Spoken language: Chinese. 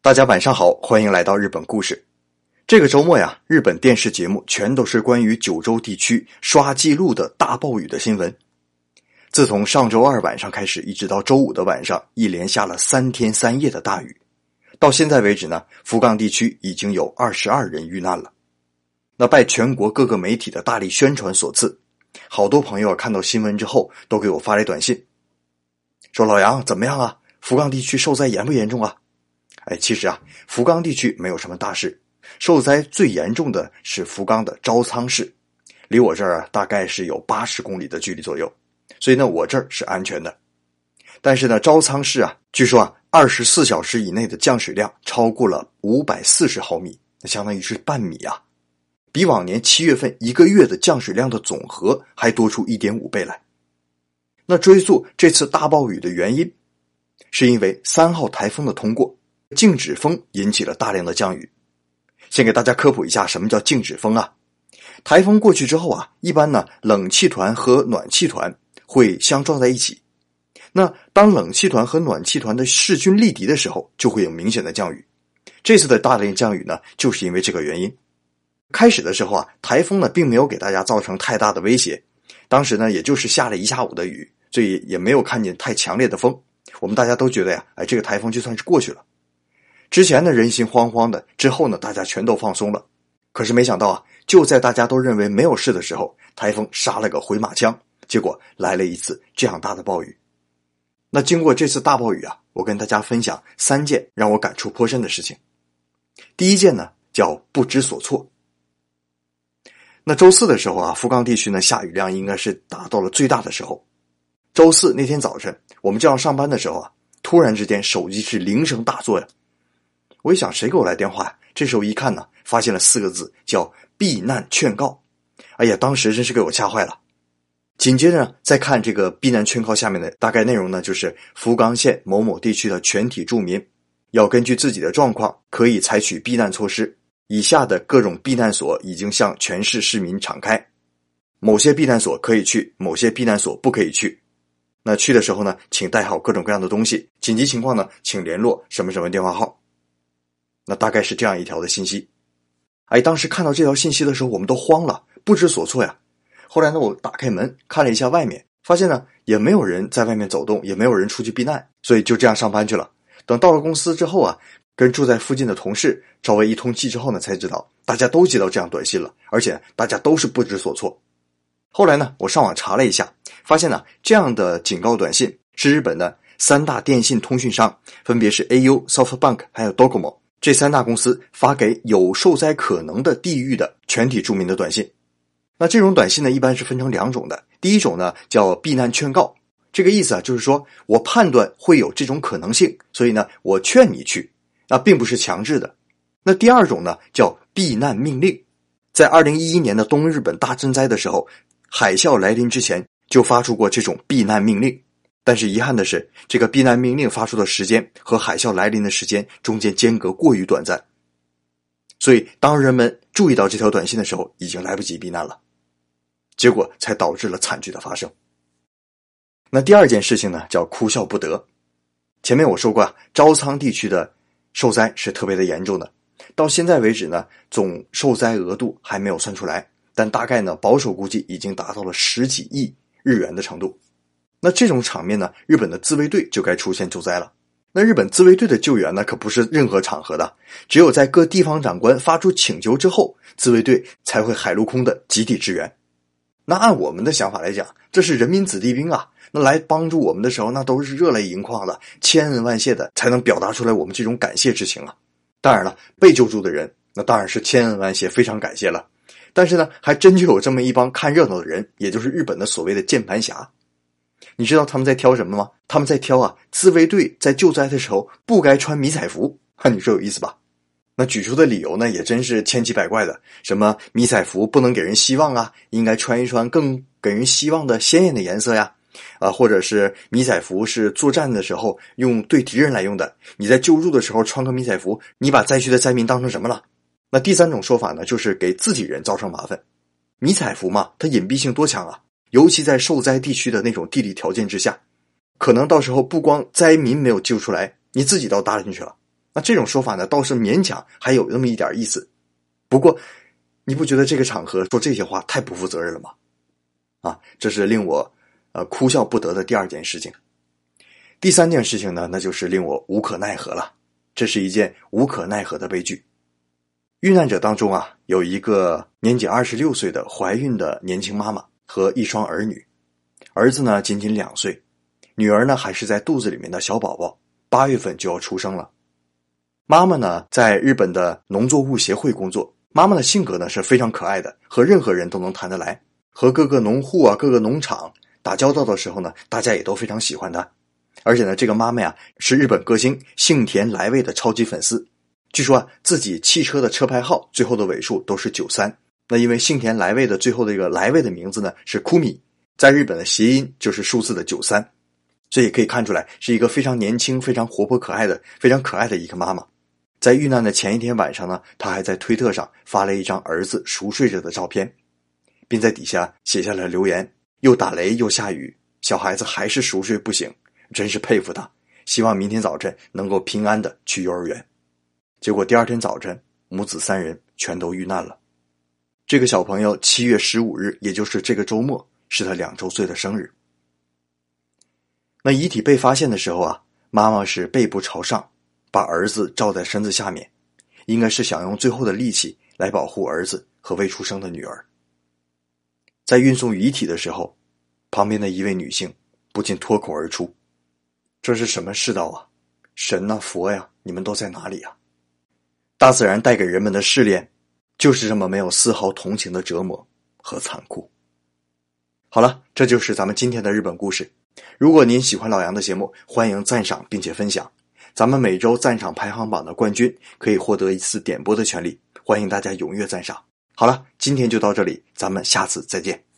大家晚上好，欢迎来到日本故事。这个周末呀，日本电视节目全都是关于九州地区刷记录的大暴雨的新闻。自从上周二晚上开始，一直到周五的晚上，一连下了3天3夜的大雨。到现在为止呢，福冈地区已经有22人遇难了。那拜全国各个媒体的大力宣传所赐，好多朋友看到新闻之后都给我发来短信，说老杨怎么样啊？福冈地区受灾严不严重啊？其实啊，福冈地区没有什么大事，受灾最严重的是福冈的招仓市，离我这儿大概是有80公里的距离左右，所以呢，我这儿是安全的。但是呢，招仓市啊，据说啊，24小时以内的降水量超过了540毫米，那相当于是半米啊，比往年7月份一个月的降水量的总和还多出 1.5 倍来。那追溯这次大暴雨的原因，是因为3号台风的通过，静止风引起了大量的降雨。先给大家科普一下什么叫静止风啊。台风过去之后啊，一般呢冷气团和暖气团会相撞在一起。那当冷气团和暖气团的势均力敌的时候，就会有明显的降雨。这次的大量降雨呢，就是因为这个原因。开始的时候啊，台风呢并没有给大家造成太大的威胁，当时呢也就是下了一下午的雨，所以也没有看见太强烈的风。我们大家都觉得呀，这个台风就算是过去了。之前呢人心惶惶的，之后呢大家全都放松了。可是没想到啊，就在大家都认为没有事的时候，台风杀了个回马枪，结果来了一次这样大的暴雨。那经过这次大暴雨啊，我跟大家分享3件让我感触颇深的事情。第一件呢叫不知所措。那周4的时候啊，福冈地区呢下雨量应该是达到了最大的时候。周4那天早晨，我们正要上班的时候啊，突然之间手机是铃声大作呀。我一想谁给我来电话呀？这时候一看呢，发现了4个字叫避难劝告。哎呀，当时真是给我吓坏了。紧接着呢，再看这个避难劝告下面的大概内容呢，就是福冈县某某地区的全体住民要根据自己的状况可以采取避难措施。以下的各种避难所已经向全市市民敞开，某些避难所可以去，某些避难所不可以去。那去的时候呢，请带好各种各样的东西，紧急情况呢，请联络什么什么电话号。那大概是这样一条的信息。当时看到这条信息的时候，我们都慌了，不知所措呀。后来呢，我打开门看了一下外面，发现呢也没有人在外面走动，也没有人出去避难，所以就这样上班去了。等到了公司之后啊，跟住在附近的同事稍微一通气之后呢，才知道大家都接到这样短信了，而且大家都是不知所措。后来呢，我上网查了一下，发现呢这样的警告短信是日本的3大电信通讯商，分别是 AU、SoftBank 还有 Docomo 这3大公司发给有受灾可能的地域的全体住民的短信。那这种短信呢，一般是分成2种的。第一种呢叫避难劝告，这个意思啊，就是说我判断会有这种可能性，所以呢我劝你去，并不是强制的。那第2种呢叫避难命令。在2011年的东日本大震灾的时候，海啸来临之前就发出过这种避难命令，但是遗憾的是，这个避难命令发出的时间和海啸来临的时间中间间隔过于短暂，所以当人们注意到这条短信的时候，已经来不及避难了，结果才导致了惨剧的发生。那第2件事情呢叫哭笑不得。前面我说过招仓地区的受灾是特别的严重的，到现在为止呢，总受灾额度还没有算出来，但大概呢保守估计已经达到了10几亿日元的程度。那这种场面呢，日本的自卫队就该出现救灾了。那日本自卫队的救援呢，可不是任何场合的，只有在各地方长官发出请求之后，自卫队才会海陆空的集体支援。那按我们的想法来讲，这是人民子弟兵啊，那来帮助我们的时候，那都是热泪盈眶的，千恩万谢的，才能表达出来我们这种感谢之情啊。当然了，被救助的人那当然是千恩万谢，非常感谢了。但是呢，还真就有这么一帮看热闹的人，也就是日本的所谓的键盘侠。你知道他们在挑什么吗？他们在挑自卫队在救灾的时候不该穿迷彩服。你说有意思吧？那举出的理由呢，也真是千奇百怪的，什么迷彩服不能给人希望啊，应该穿一穿更给人希望的鲜艳的颜色呀，或者是迷彩服是作战的时候用对敌人来用的，你在救助的时候穿个迷彩服，你把灾区的灾民当成什么了？那第3种说法呢，就是给自己人造成麻烦。迷彩服嘛，它隐蔽性多强啊，尤其在受灾地区的那种地理条件之下，可能到时候不光灾民没有救出来，你自己都搭进去了。 那这种说法呢，倒是勉强还有那么一点意思。不过，你不觉得这个场合说这些话太不负责任了吗？这是令我哭笑不得的第二件事情。第三件事情呢，那就是令我无可奈何了。这是一件无可奈何的悲剧。遇难者当中有一个年仅26岁的怀孕的年轻妈妈和一双儿女，儿子呢仅仅2岁，女儿呢还是在肚子里面的小宝宝，8月份就要出生了。妈妈呢在日本的农作物协会工作，妈妈的性格呢是非常可爱的，和任何人都能谈得来，和各个农户各个农场打交道的时候呢，大家也都非常喜欢她。而且呢，这个妈妈是日本歌星幸田来未的超级粉丝。据说自己汽车的车牌号最后的尾数都是93。那因为幸田来未的最后的一个来未的名字呢是库米，在日本的谐音就是数字的93，所以可以看出来是一个非常年轻、非常活泼可爱的、非常可爱的一个妈妈。在遇难的前一天晚上呢，她还在推特上发了一张儿子熟睡着的照片，并在底下写下了留言：又打雷又下雨，小孩子还是熟睡不醒，真是佩服他，希望明天早晨能够平安的去幼儿园。结果第二天早晨，母子3人全都遇难了。这个小朋友7月15日，也就是这个周末，是他2周岁的生日。那遗体被发现的时候妈妈是背部朝上，把儿子罩在身子下面，应该是想用最后的力气来保护儿子和未出生的女儿。在运送遗体的时候，旁边的一位女性不禁脱口而出：这是什么世道神佛你们都在哪里大自然带给人们的试炼，就是这么没有丝毫同情的折磨和残酷。好了，这就是咱们今天的日本故事。如果您喜欢老杨的节目，欢迎赞赏并且分享。咱们每周赞赏排行榜的冠军可以获得一次点播的权利，欢迎大家踊跃赞赏。好了，今天就到这里，咱们下次再见。